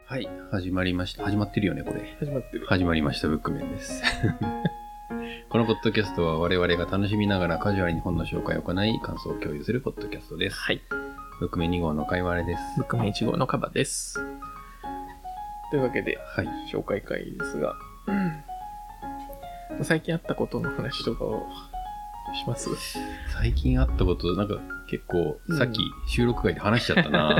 はい、始まりました。始まってるよね、これ。 始まってる。 始まりました、ブックメンです。このポッドキャストは我々が楽しみながらカジュアルに本の紹介を行い、感想を共有するポッドキャストです。 はい。 ブックメン2号のかいわれです。 ブックメン1号のカバです。というわけで、 はい。 紹介会ですが、最近あったことの話とかをします。 最近あったこと、なんか結構、さっき収録外で話しちゃったなーって。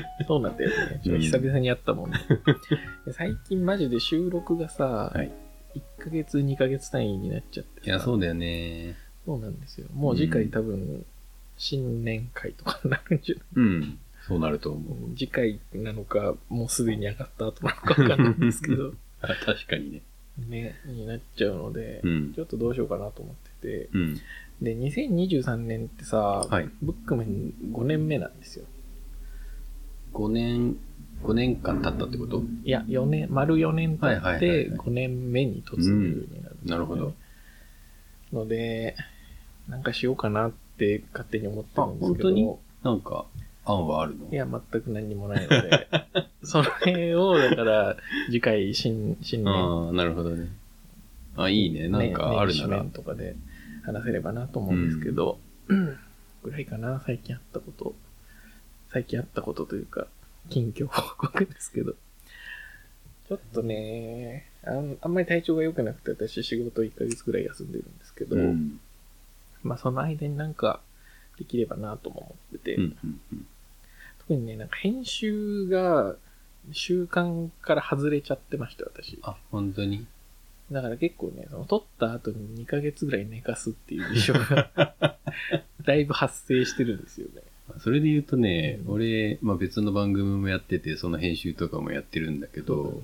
そうなんだよね。久々に会ったもんね。最近マジで収録がさ、 はい、 1ヶ月、2ヶ月単位になっちゃってさ。 いや、そうだよね。 そうなんですよ。もう次回多分、新年会とかになるんじゃない？ うん。そうなると思う。 次回なのか、もうすでに上がった後なのかわかんないんですけど。 あ、確かにね。 ね、になっちゃうので、ちょっとどうしようかなと思ってて、で、2023年ってさ、 はい、 ブックメン5年目なんですよ。 5年間経ったってこと？ いや、丸4年経って5年目に突入になる、 なるほど。 ので、なんかしようかなって勝手に思ってるんですけど。 本当になんか案はあるの？ いや、全く何もないので、それを、だから、次回新年。 ああ、なるほどね。あ、いいね。なんかあるなら。 年始面とかで話せればなと思うんですけど、ぐらいかな、最近あったことというか、近況報告ですけど。ちょっとね、あんまり体調が良くなくて、私仕事1ヶ月ぐらい休んでるんですけど、まあその間になんかできればなとも思ってて、特にね、なんか編集が習慣から外れちゃってました、私。 あ、本当に？ だから結構ね、撮った後に2ヶ月ぐらい寝かすっていう事象がだいぶ発生してるんですよね。 それで言うとね、俺、まあ、別の番組もやってて、その編集とかもやってるんだけど、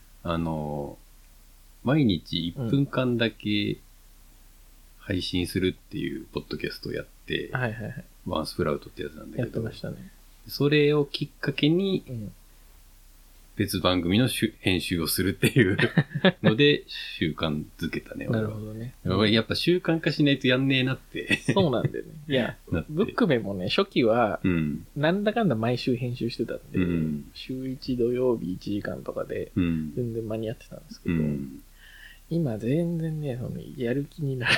毎日1分間だけ配信するっていうポッドキャストをやって、ワンスプラウトってやつなんだけど、 やってましたね。 それをきっかけに、別番組の編集をするっていうので習慣づけたね。 なるほどね。 やっぱ習慣化しないとやんねえなって。 そうなんだよね。いや、ブックメンもね、初期は、なんだかんだ毎週編集してたんで、週1土曜日1時間とかで、全然間に合ってたんですけど、今全然ね、やる気にならない。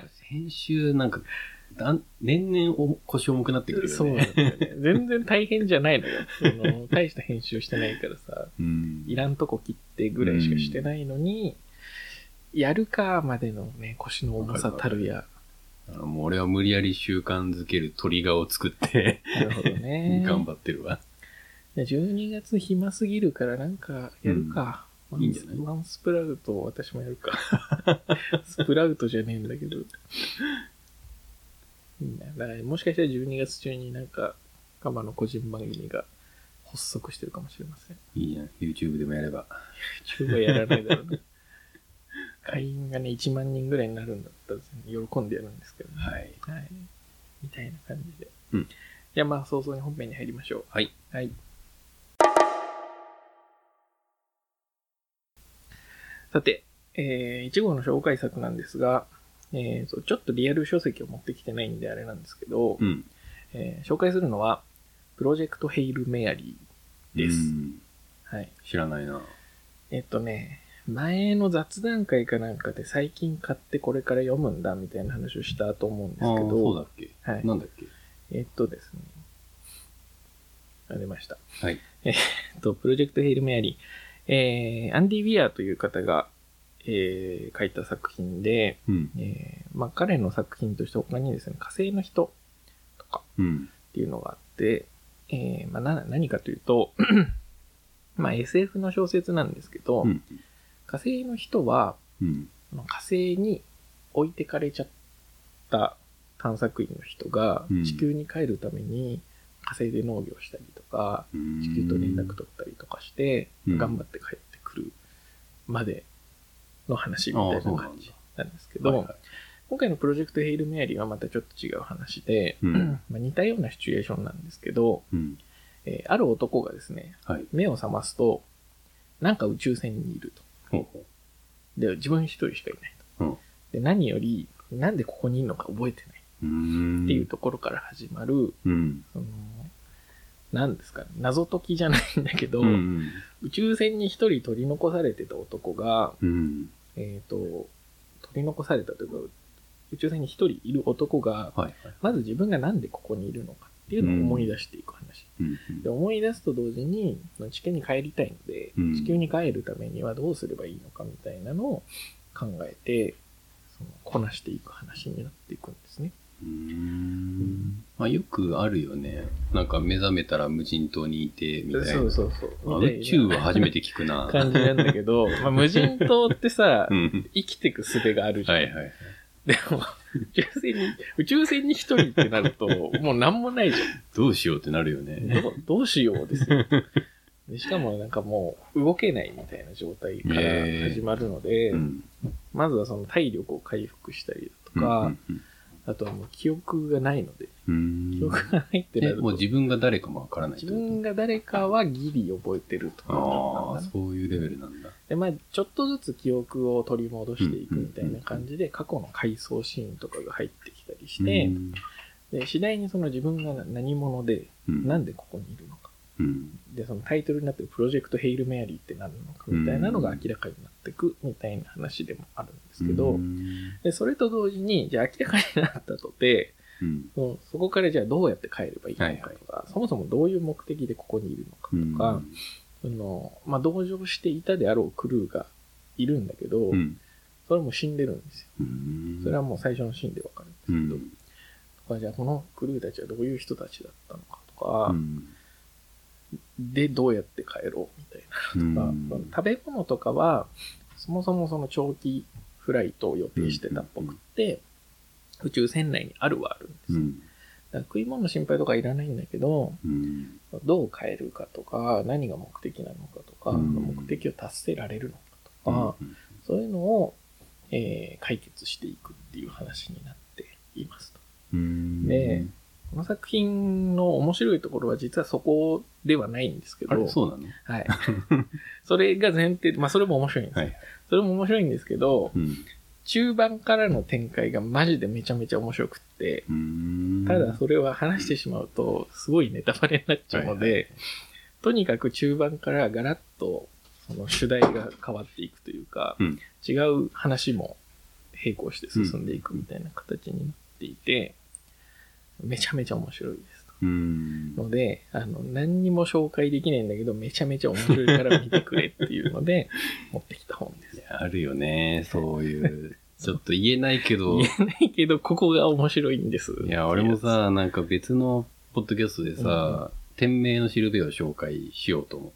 編集なんか、年々腰重くなってくるよね。 そうなんだよね。全然大変じゃないのよ。大した編集してないからさ、いらんとこ切ってぐらいしかしてないのに、やるかまでのね、腰の重さたるや。 もう俺は無理やり習慣づけるトリガーを作ってなるほどね。 頑張ってるわ。 12月暇すぎるからなんかやるか。 いいんじゃない？ ワンスプラウトを私もやるか。スプラウトじゃねえんだけど。だからもしかしたら12月中になんかカバの個人番組が発足してるかもしれません。 いいね。YouTube でもやれば。 YouTube はやらないだろうね。会員がね、1万人ぐらいになるんだったら喜んでやるんですけどね。はい。みたいな感じで。じゃあまあ早々に本編に入りましょう。はい。さて、1号の紹介作なんですが、ちょっとリアル書籍を持ってきてないんであれなんですけど、紹介するのは、プロジェクトヘイルメアリーです。はい。 知らないな。 前の雑談会かなんかで最近買ってこれから読むんだみたいな話をしたと思うんですけど。 そうだっけ？ はい。 なんだっけ？ ですね。出ました。 はい。 プロジェクトヘイルメアリー。アンディ・ウィアーという方が、書いた作品で、彼の作品として他にですね、火星の人とかっていうのがあって、何かというと、SF の小説なんですけど、火星の人は、火星に置いてかれちゃった探索員の人が地球に帰るために火星で農業したりとか、地球と連絡取ったりとかして、頑張って帰ってくるまでの話みたいな感じなんですけど、今回のプロジェクトヘイルメアリーはまたちょっと違う話で、似たようなシチュエーションなんですけど、ある男がですね、目を覚ますと、なんか宇宙船にいると。で、自分一人しかいないと。で、何より、なんでここにいるのか覚えてない。っていうところから始まる、 なんですかね、謎解きじゃないんだけど、宇宙船に一人取り残されてた男が、取り残されたというか、宇宙船に一人いる男が、まず自分がなんでここにいるのかっていうのを思い出していく話。で思い出すと同時に、地球に帰りたいので、地球に帰るためにはどうすればいいのかみたいなのを考えて、こなしていく話になっていくんですね。 まあ、よくあるよね。なんか目覚めたら無人島にいてみたいな。 そう宇宙は初めて聞くな。 感じなんだけど、まあ、無人島ってさ、生きていく術があるじゃん。でも、宇宙船に一人ってなると、もうなんもないじゃん。 どうしようってなるよね。 どうしようですよ。でしかもなんかもう動けないみたいな状態から始まるので、まずはその体力を回復したりだとか、あとはもう記憶がないので、記憶がないってなると、 もう自分が誰かもわからない。 自分が誰かはギリ覚えてるとか、 そういうレベルなんだ。 で、まあちょっとずつ記憶を取り戻していくみたいな感じで、過去の回想シーンとかが入ってきたりして、で次第にその自分が何者で、なんでここにいるのか。で、そのタイトルになってるプロジェクトヘイルメアリーって何なのかみたいなのが明らかになっていくみたいな話でもあるんですけど、でそれと同時に、じゃあ明らかになったとて、そこからじゃあどうやって帰ればいいのかとか、そもそもどういう目的でここにいるのかとか、まあ、同乗していたであろうクルーがいるんだけど、それも死んでるんですよ。それはもう最初のシーンでわかるんですけど、とかじゃあこのクルーたちはどういう人たちだったのかとか、でどうやって帰ろうみたいなとか、食べ物とかはそもそもその長期フライトを予定してたっぽくって、宇宙船内にあるはあるんです。だから食い物の心配とかいらないんだけど、どう帰るかとか、何が目的なのかとか、目的を達せられるのかとか、そういうのを、解決していくっていう話になっていますと。で、この作品の面白いところは実はそこではないんですけど、 そうなの？ はい。それが前提、まあそれも面白いんですよ。それも面白いんですけど、中盤からの展開がマジでめちゃめちゃ面白くって、ただそれは話してしまうとすごいネタバレになっちゃうので、とにかく中盤からガラッとその主題が変わっていくというか、違う話も並行して進んでいくみたいな形になっていて、めちゃめちゃ面白いですと。ので、何にも紹介できないんだけど、めちゃめちゃ面白いから見てくれっていうので、持ってきた本です。 あるよね、そういう。ちょっと言えないけど。 ここが面白いんです。 いや、俺もさ、なんか別のポッドキャストでさ、天命のしるべを紹介しようと思って、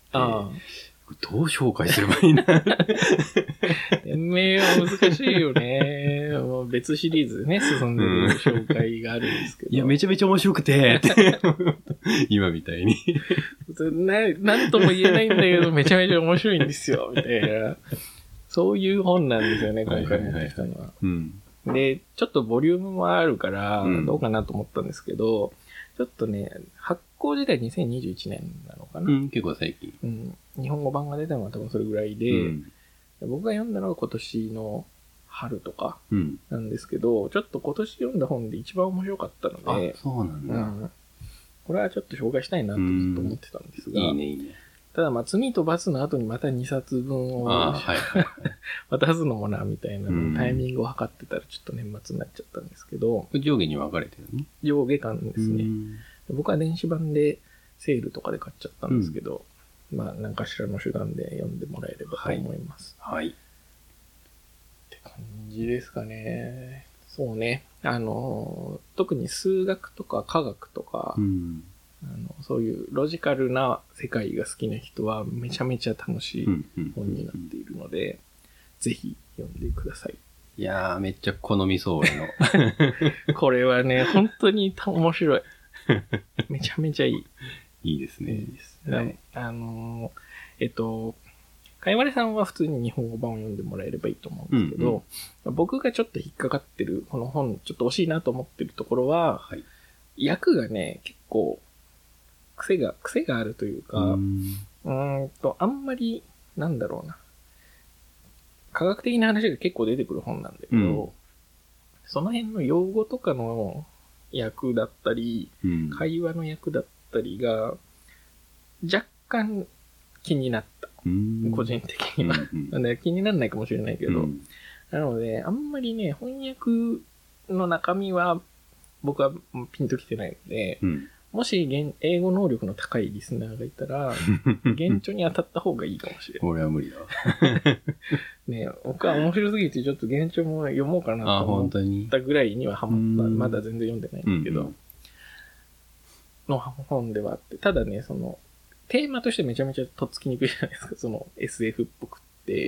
どう紹介すればいいんだ天命は難しいよね。もう別シリーズでね、進んでる紹介があるんですけど。 いや、めちゃめちゃ面白くて、今みたいになんとも言えないんだけど、めちゃめちゃ面白いんですよ、みたいな。そういう本なんですよね、今回持ってきたのは。で、ちょっとボリュームもあるから、どうかなと思ったんですけど、ちょっとね、発行自体2021年なのかな。 結構最近。 日本語版が出たのは多分それぐらいで、僕が読んだのは今年の春とかなんですけど、ちょっと今年読んだ本で一番面白かったので、 そうなんだ。 これはちょっと紹介したいなとずっと思ってたんですが、 いいね、いいね。 ただ、まあ、罪と罰の後にまた2冊分を渡すのもな、みたいなタイミングを測ってたらちょっと年末になっちゃったんですけど、 上下に分かれてるね。 上下巻ですね。僕は電子版でセールとかで買っちゃったんですけど、まあ、何かしらの手段で読んでもらえればと思います。 はい。 って感じですかね。そうね。特に数学とか科学とか、そういうロジカルな世界が好きな人はめちゃめちゃ楽しい本になっているので、ぜひ読んでください。 いやー、めっちゃ好みそう、俺の。これはね、本当に面白い。めちゃめちゃいい。 いいですね。いいです。 はい。かいわれさんは普通に日本語版を読んでもらえればいいと思うんですけど、僕がちょっと引っかかってる、この本、ちょっと惜しいなと思ってるところは、訳がね、結構、癖があるというか、あんまり、なんだろうな。科学的な話が結構出てくる本なんだけど、その辺の用語とかの訳だったり、会話の訳だったりが、 若干気になった。個人的には。なんで気にならないかもしれないけど。なので、あんまりね、翻訳の中身は僕はピンときてないので、もし英語能力の高いリスナーがいたら、原著に当たった方がいいかもしれない。 俺は無理だわ。 ね、僕は面白すぎてちょっと原著も読もうかなと思ったぐらいにはハマった。まだ全然読んでないんだけど、の本ではあって、ただね、その、テーマとしてめちゃめちゃとっつきにくいじゃないですか。その SF っぽくって、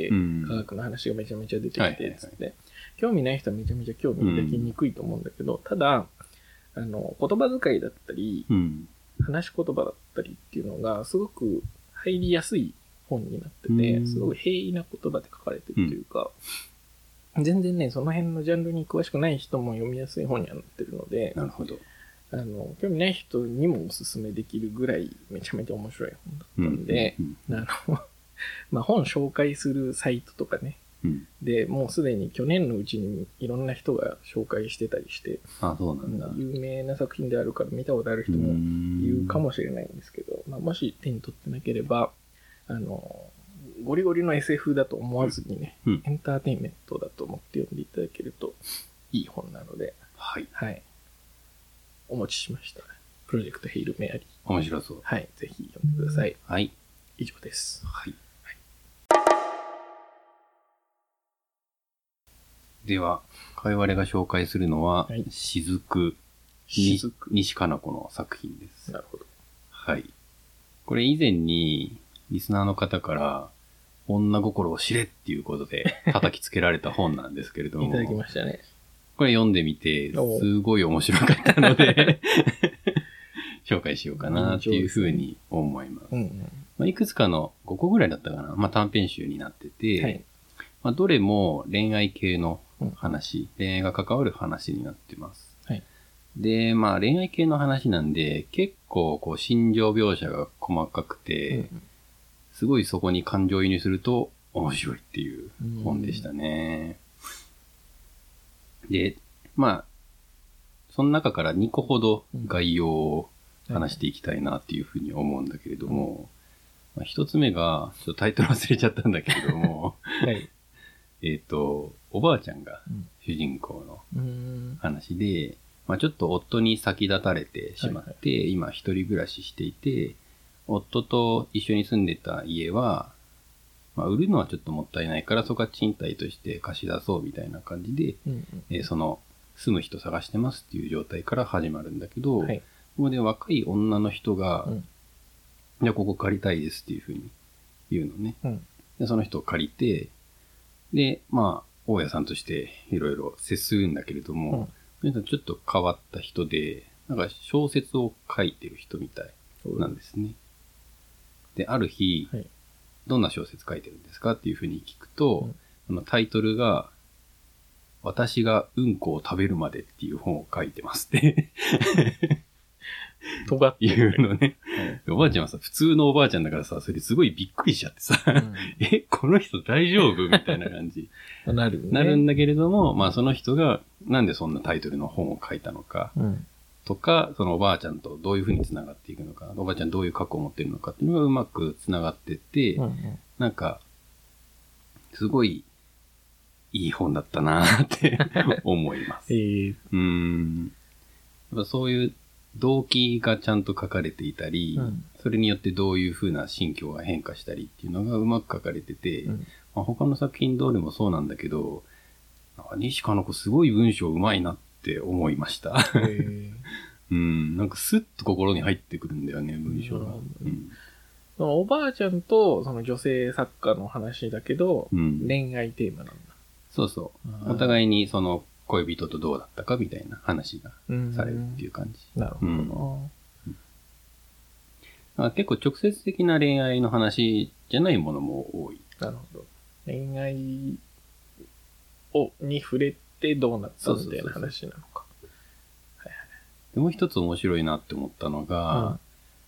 科学の話がめちゃめちゃ出てきて、つって。興味ない人はめちゃめちゃ興味抱きにくいと思うんだけど、ただ、言葉遣いだったり、話し言葉だったりっていうのがすごく入りやすい本になってて、すごく平易な言葉で書かれてるというか、全然ね、その辺のジャンルに詳しくない人も読みやすい本にはなってるので、 なるほど。 興味ない人にもおすすめできるぐらいめちゃめちゃ面白い本だったんで、まあ本紹介するサイトとかね、で、もうすでに去年のうちにいろんな人が紹介してたりして、 そうなんだ。 有名な作品であるから見たことある人もいるかもしれないんですけど、まあ、もし手に取ってなければ、ゴリゴリの SF だと思わずにね、エンターテインメントだと思って読んでいただけるといい本なので、はい。お持ちしました。プロジェクトヘイルメアリー。 面白そう。 はい。ぜひ読んでください。 はい。 以上です。 はい。では、かいわれが紹介するのは、雫、西加奈子の作品です。 なるほど。 はい。これ以前に、リスナーの方から、女心を知れっていうことで叩きつけられた本なんですけれども。 いただきましたね。 これ読んでみて、すごい面白かったので、紹介しようかなっていうふうに思います。いくつかの5個ぐらいだったかな。短編集になってて、どれも恋愛系の話、恋愛が関わる話になってます。で、恋愛系の話なんで、結構心情描写が細かくて、すごいそこに感情移入すると面白いっていう本でしたね。で、その中から2個ほど概要を話していきたいなっていうふうに思うんだけれども、1つ目が、ちょっとタイトル忘れちゃったんだけれども、おばあちゃんが主人公の話で、ちょっと夫に先立たれてしまって、今一人暮らししていて、夫と一緒に住んでた家は、売るのはちょっともったいないから、そこは賃貸として貸し出そうみたいな感じで、その、住む人探してますっていう状態から始まるんだけど、ここで若い女の人が、じゃあここ借りたいですっていうふうに言うのね。で、その人を借りて、で、大家さんとしていろいろ接するんだけれども、ちょっと変わった人で、なんか小説を書いてる人みたいなんですね。で、ある日、どんな小説書いてるんですかっていうふうに聞くと、タイトルが、私がうんこを食べるまでっていう本を書いてますって尖って言うのね。おばあちゃんはさ、普通のおばあちゃんだからさ、それすごいびっくりしちゃってさ、この人大丈夫みたいな感じ。なるんだけれども、その人がなんでそんなタイトルの本を書いたのか、とか、そのおばあちゃんとどういうふうに繋がっていくのか、おばあちゃんどういう過去を持っているのかっていうのがうまく繋がってって、なんか、すごいいい本だったなーって思います。やっぱそういう動機がちゃんと書かれていたり、それによってどういうふうな心境が変化したりっていうのがうまく書かれてて、他の作品どれもそうなんだけど、西加奈子すごい文章うまいなって思いました。なんかスッと心に入ってくるんだよね、文章が。 おばあちゃんとその女性作家の話だけど、恋愛テーマなんだ。 そうそう。お互いにその恋人とどうだったかみたいな話がされるっていう感じ。 なるほど。結構直接的な恋愛の話じゃないものも多い。 なるほど。恋愛に触れてどうなったみたいな話なのか。 でもう一つ面白いなって思ったのが、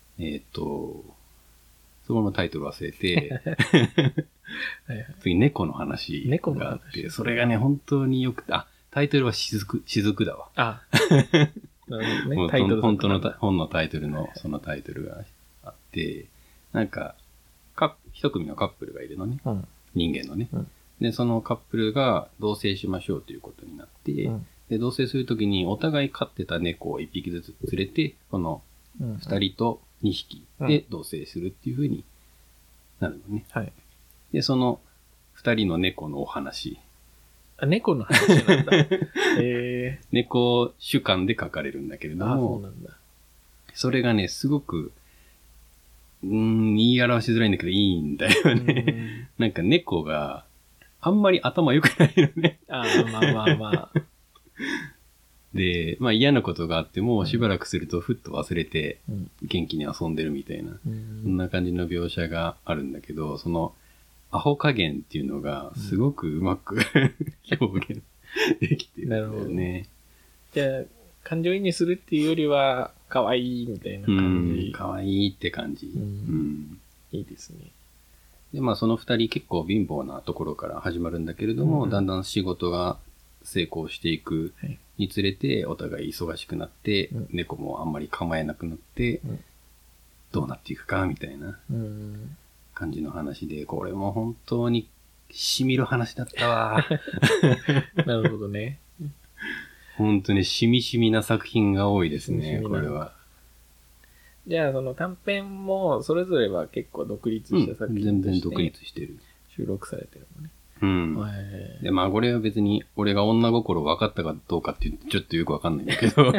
そこのタイトル忘れて、次猫の話があって、それがね、本当によくて、タイトルは雫だわ。 なるほどね。 本当の本のタイトルのそのタイトルがあって、 なんか、一組のカップルがいるのね。 うん、 人間のね、 うん。 で、そのカップルが同棲しましょうということになって、うん、で、同棲するときにお互い飼ってた猫を1匹ずつ連れて、この2人と2匹で同棲するっていう風になるのね。 はい。 で、その2人の猫のお話。 あ、猫の話なんだ。 猫主観で書かれるんだけれども、 そうなんだ。 それがね、すごく、言い表しづらいんだけどいいんだよね。なんか猫があんまり頭良くないのね。 まあ。 で、まあ嫌なことがあってもしばらくするとふっと忘れて元気に遊んでるみたいな、そんな感じの描写があるんだけど、そのアホ加減っていうのがすごくうまく表現できてるんだよね。 じゃあ、感情移入するっていうよりは、可愛いみたいな感じ。 可愛いって感じ。 いいですね。 で、まあその二人結構貧乏なところから始まるんだけれども、だんだん仕事が成功していくにつれて、お互い忙しくなって、猫もあんまり構えなくなって、どうなっていくかみたいな感じの話で、これも本当に染みる話だったわ。 なるほどね。 本当にしみしみな作品が多いですね、これは。 じゃあ、その短編も、それぞれは結構独立した作品全然独立してる。 収録されてるのね。 で、まあ、これは別に、俺が女心分かったかどうかってちょっとよく分かんないんだけど。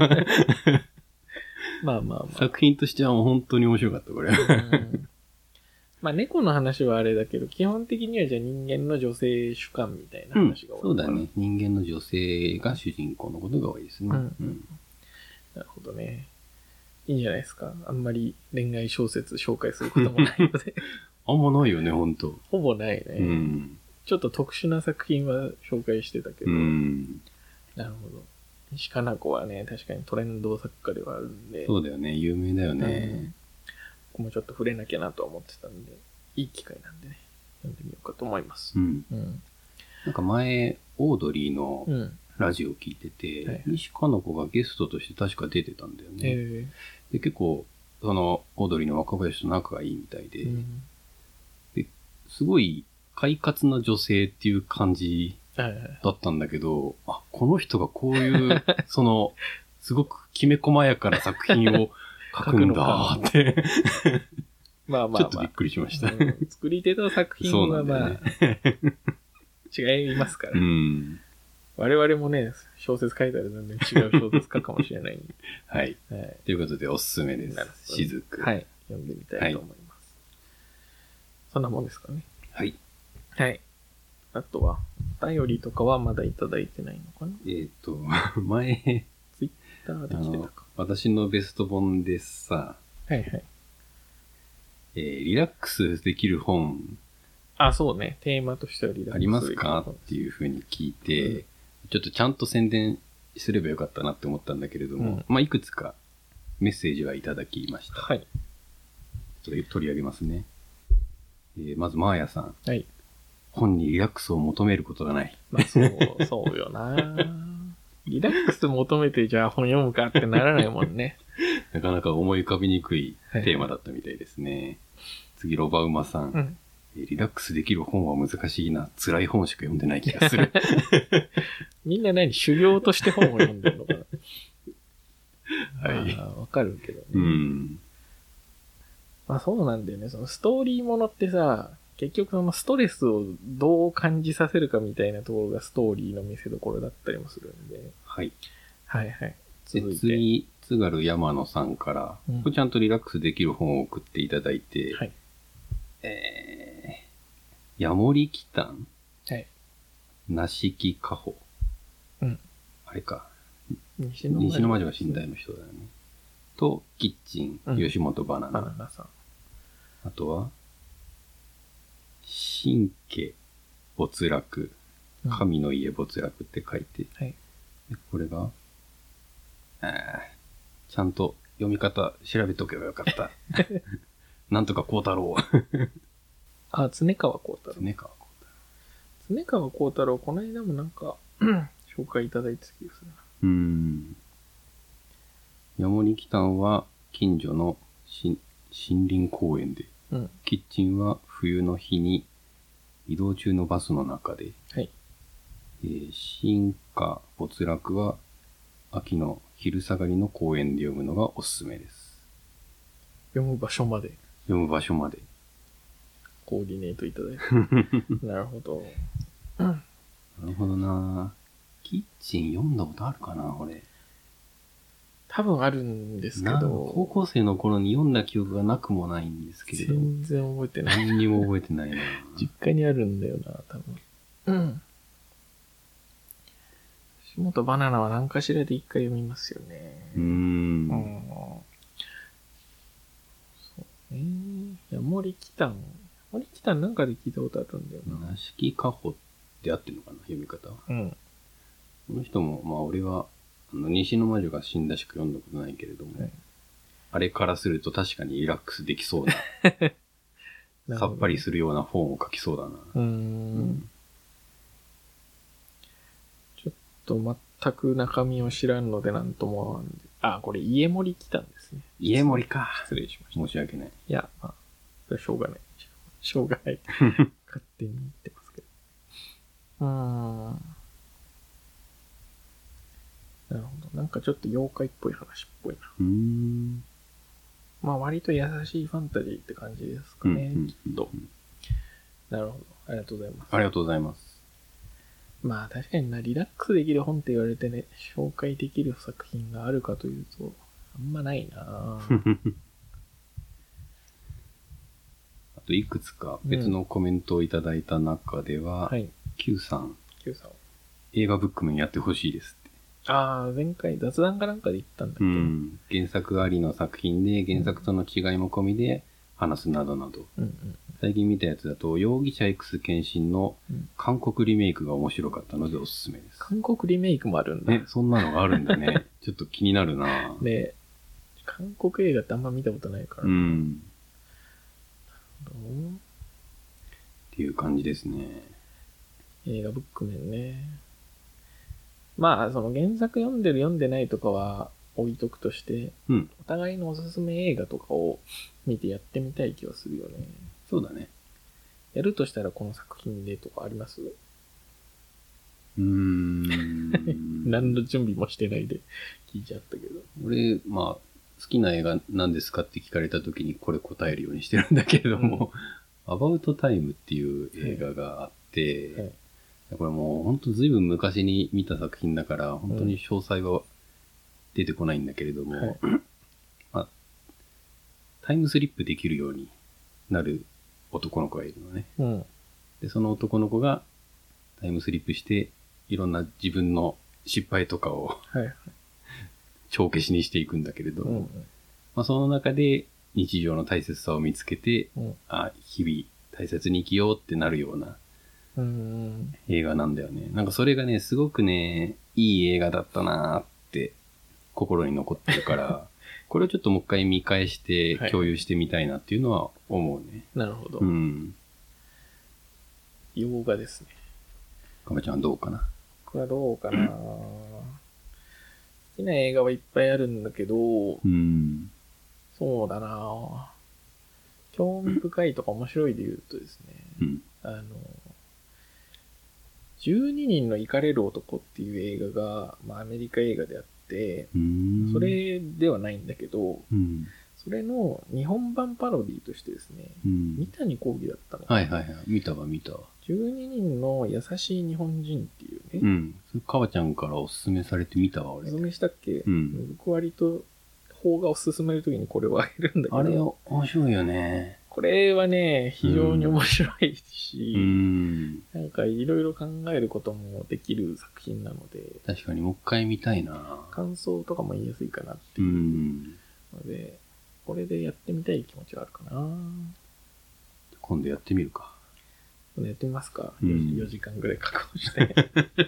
まあ。 作品としてはもう本当に面白かった、これ。 まあ、猫の話はあれだけど、基本的にはじゃあ人間の女性主観みたいな話が多い、 そうだね。人間の女性が主人公のことが多いですね。なるほどね。いいんじゃないですか。あんまり恋愛小説紹介することもないので。 あんまないよね、ほんと。 ほぼないね。ちょっと特殊な作品は紹介してたけど。なるほど。西加奈子はね、確かにトレンド作家ではあるんで。 そうだよね、有名だよね。 僕もちょっと触れなきゃなと思ってたんで、いい機会なんでね、読んでみようかと思います。 なんか前、オードリーのラジオ聞いてて、西加奈子がゲストとして確か出てたんだよね。で、結構、その、オードリーの若林と仲がいいみたいで、すごい快活な女性っていう感じだったんだけど、あ、この人がこういう、その、すごくきめ細やかな作品を書くんだって。まあちょっとびっくりしました。 作り手と作品はまあ、違いますから。我々もね、小説書いたら全然違う小説家かもしれないんで。 はい。ということでおすすめです。しずく。 はい。読んでみたいと思います。そんなもんですかね。 はい。 はい。あとは、お便りとかはまだいただいてないのかな前、 ツイッターで来てたか。 私のベスト本でさ、リラックスできる本、 そうね。テーマとしてはリラックスありますかっていうふうに聞いて、ちょっとちゃんと宣伝すればよかったなって思ったんだけれども、まあいくつかメッセージはいただきました。 はい。 ちょっと取り上げますね。まず、マーヤさん。 はい。 本にリラックスを求めることがない。 まあそうよなリラックス求めてじゃあ本読むかってならないもんね。 なかなか思い浮かびにくいテーマだったみたいですね。次、ロバウマさん。リラックスできる本は難しいな。辛い本しか読んでない気がする。 みんな修行として本を読んでるのかな。はい。わかるけどね。まあそうなんだよね。そのストーリーものってさ、結局そのストレスをどう感じさせるかみたいなところがストーリーの見せ所だったりもするんで。 はい。 はいはい。 続いて。次、津軽山野さんから、これちゃんとリラックスできる本を送っていただいて、はい。ヤモリキタンはい。 梨木加穂。あれか。西の魔女が寝台の人だよね。と、キッチン、吉本バナナ。 バナナさん。 あとは、神家没落、神の家没落って書いて、これが、ちゃんと読み方調べとけばよかった。なんとか孝太郎。 常川孝太郎。 常川孝太郎。 常川孝太郎、この間もなんか、紹介いただいてた気がするな。 ヤモリキタンは近所の森林公園でうん。 キッチンは冬の日に移動中のバスの中で。 はい。 進化没落は秋の昼下がりの公園で読むのがおすすめです。 読む場所まで。 読む場所まで。 コーディネートいただいて。なるほど。 なるほどな。キッチン読んだことあるかな、俺。 多分あるんですけど。 高校生の頃に読んだ記憶がなくもないんですけれど。 全然覚えてない。 何にも覚えてないな。 実家にあるんだよな、多分。吉本バナナは何かしらで一回読みますよね。そうね。森北なんかで聞いたことあるんだよな。 なしきかほって合ってるのかな、読み方は。 うん。 この人も、まあ俺は、西の魔女が死んだしか読んだことないけれども、はい、あれからすると確かにリラックスできそうな、さっぱりするような本を書きそうだな。 ちょっと全く中身を知らんのでなんとも。これ家森来たんですね。 家森か。 失礼しました。 申し訳ない。 いや、まあ、それはしょうがない。しょうがない。勝手に言ってますけど。なるほど。なんかちょっと妖怪っぽい話っぽいな。まあ割と優しいファンタジーって感じですかね、きっと。なるほど。ありがとうございます。 ありがとうございます。 まあ確かにリラックスできる本って言われてね、紹介できる作品があるかというと、あんまないなあといくつか別のコメントをいただいた中では、Q さん。映画ブックメンやってほしいですって。 前回雑談かなんかで言ったんだけど。原作ありの作品で原作との違いも込みで話すなどなど。最近見たやつだと、容疑者 X 検診の韓国リメイクが面白かったのでおすすめです。 韓国リメイクもあるんだ。 ね、そんなのがあるんだね。ちょっと気になるなね、韓国映画ってあんま見たことないから。なるほど。 っていう感じですね。 映画ブックメンね。まあ、その原作読んでる読んでないとかは置いとくとして、お互いのおすすめ映画とかを見てやってみたい気はするよね。 そうだね。 やるとしたらこの作品でとかあります？何の準備もしてないで聞いちゃったけど。 俺、まあ、好きな映画何ですかって聞かれた時にこれ答えるようにしてるんだけれども、アバウトタイムっていう映画があって、これもう本当ずいぶん昔に見た作品だから本当に詳細は出てこないんだけれども、まあ、タイムスリップできるようになる男の子がいるのね。で、その男の子がタイムスリップしていろんな自分の失敗とかを帳消しにしていくんだけれども、まあ、その中で日常の大切さを見つけて、日々大切に生きようってなるような映画なんだよね。なんかそれがね、すごくね、いい映画だったなーって心に残ってるから、これをちょっともう一回見返して共有してみたいなっていうのは思うね。 なるほど。洋画ですね。 かばちゃんはどうかな？ これはどうかな好きな映画はいっぱいあるんだけど、そうだな興味深いとか面白いで言うとですね、12人のイカれる男っていう映画が、まあ、アメリカ映画であって、それではないんだけど、それの日本版パロディとしてですね、三谷幸喜だったの。 見たわ。 12人の優しい日本人っていうね。 かばちゃんからおすすめされて見たわ、俺。 おすすめしたっけ？僕割と、邦画を進めるときにこれをあげるんだけど。 あれ面白いよね。 これはね、非常に面白いし、なんかいろいろ考えることもできる作品なので。 確かにもう一回見たいな。 感想とかも言いやすいかなっていうので、これでやってみたい気持ちはあるかな。 今度やってみるか。 今度やってみますか。4時間ぐらい確保して。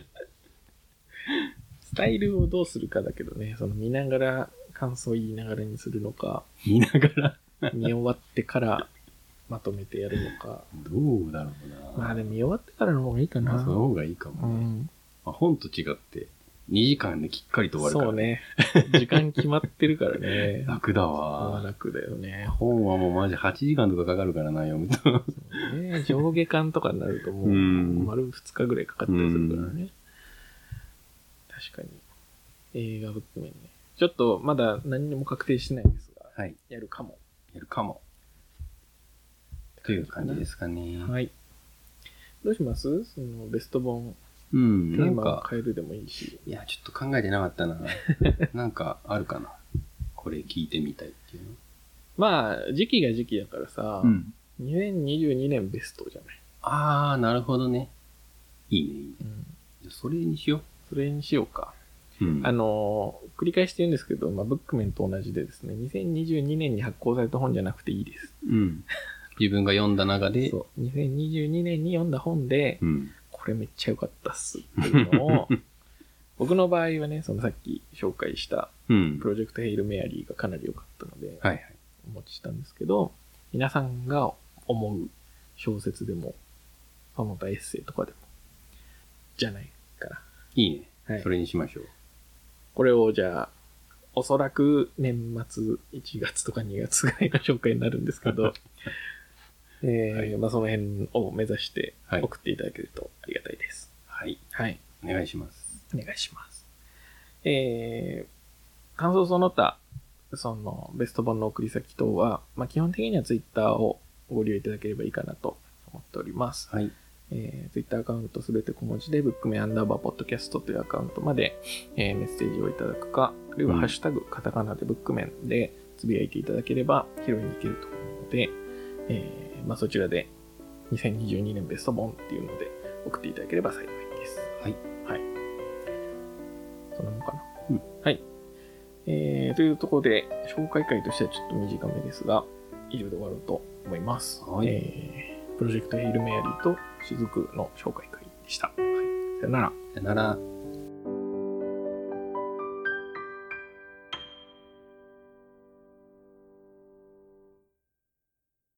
スタイルをどうするかだけどね、その見ながら感想言いながらにするのか、 見ながら見終わってからまとめてやるのか。 どうだろうな。 まあでも見終わってからの方がいいかな。 その方がいいかもね。本と違って 2時間できっかりと終わるから。 そうね。時間決まってるからね。 楽だわ。 楽だよね。 本はもうマジ8時間とかかかるからな、読むと。 そうね。上下巻とかになるともう、丸2日ぐらいかかったりするからね。確かに。映画ブックメンね。ちょっとまだ何にも確定してないんですが、 はい。 やるかも。 という感じですかね。 はい。どうしますそのベスト本。テーマを変えるでもいいし。 いや、ちょっと考えてなかったな。なんかあるかな。これ聞いてみたいっていうの。 まあ、時期が時期だからさ、2022年ベストじゃない。 あー、なるほどね。いいね、いいね。じゃそれにしよう。 それにしようか。繰り返し言うんですけど、まあ、ブックメンと同じでですね、2022年に発行された本じゃなくていいです。 自分が読んだ中で。 そう。2022年に読んだ本で、これめっちゃ良かったっすっていうのを、僕の場合はね、そのさっき紹介した、プロジェクトヘイルメアリーがかなり良かったので、お持ちしたんですけど、皆さんが思う小説でも、その他エッセイとかでも、じゃないかな。 いいね。はい、それにしましょう。 これをじゃあ、おそらく年末1月とか2月ぐらいの紹介になるんですけど、まあその辺を目指して送っていただけるとありがたいです。 はい。はい。お願いします。 お願いします。感想その他、そのベスト本の送り先等は、まあ基本的にはツイッターをご利用いただければいいかなと思っております。はい。ツイッターアカウントすべて小文字で、ブックメン_ポッドキャストというアカウントまで、メッセージをいただくか、あるいはハッシュタグ、カタカナでブックメンでつぶやいていただければ拾いに行けると思うので、まあそちらで2022年ベスト本っていうので送っていただければ幸いです。はい。はい。そんなもんかな。はい。というところで、紹介会としてはちょっと短めですが、以上で終わろうと思います。はい。プロジェクトヘイルメアリーと雫の紹介会でした。はい。さよなら。 さよなら。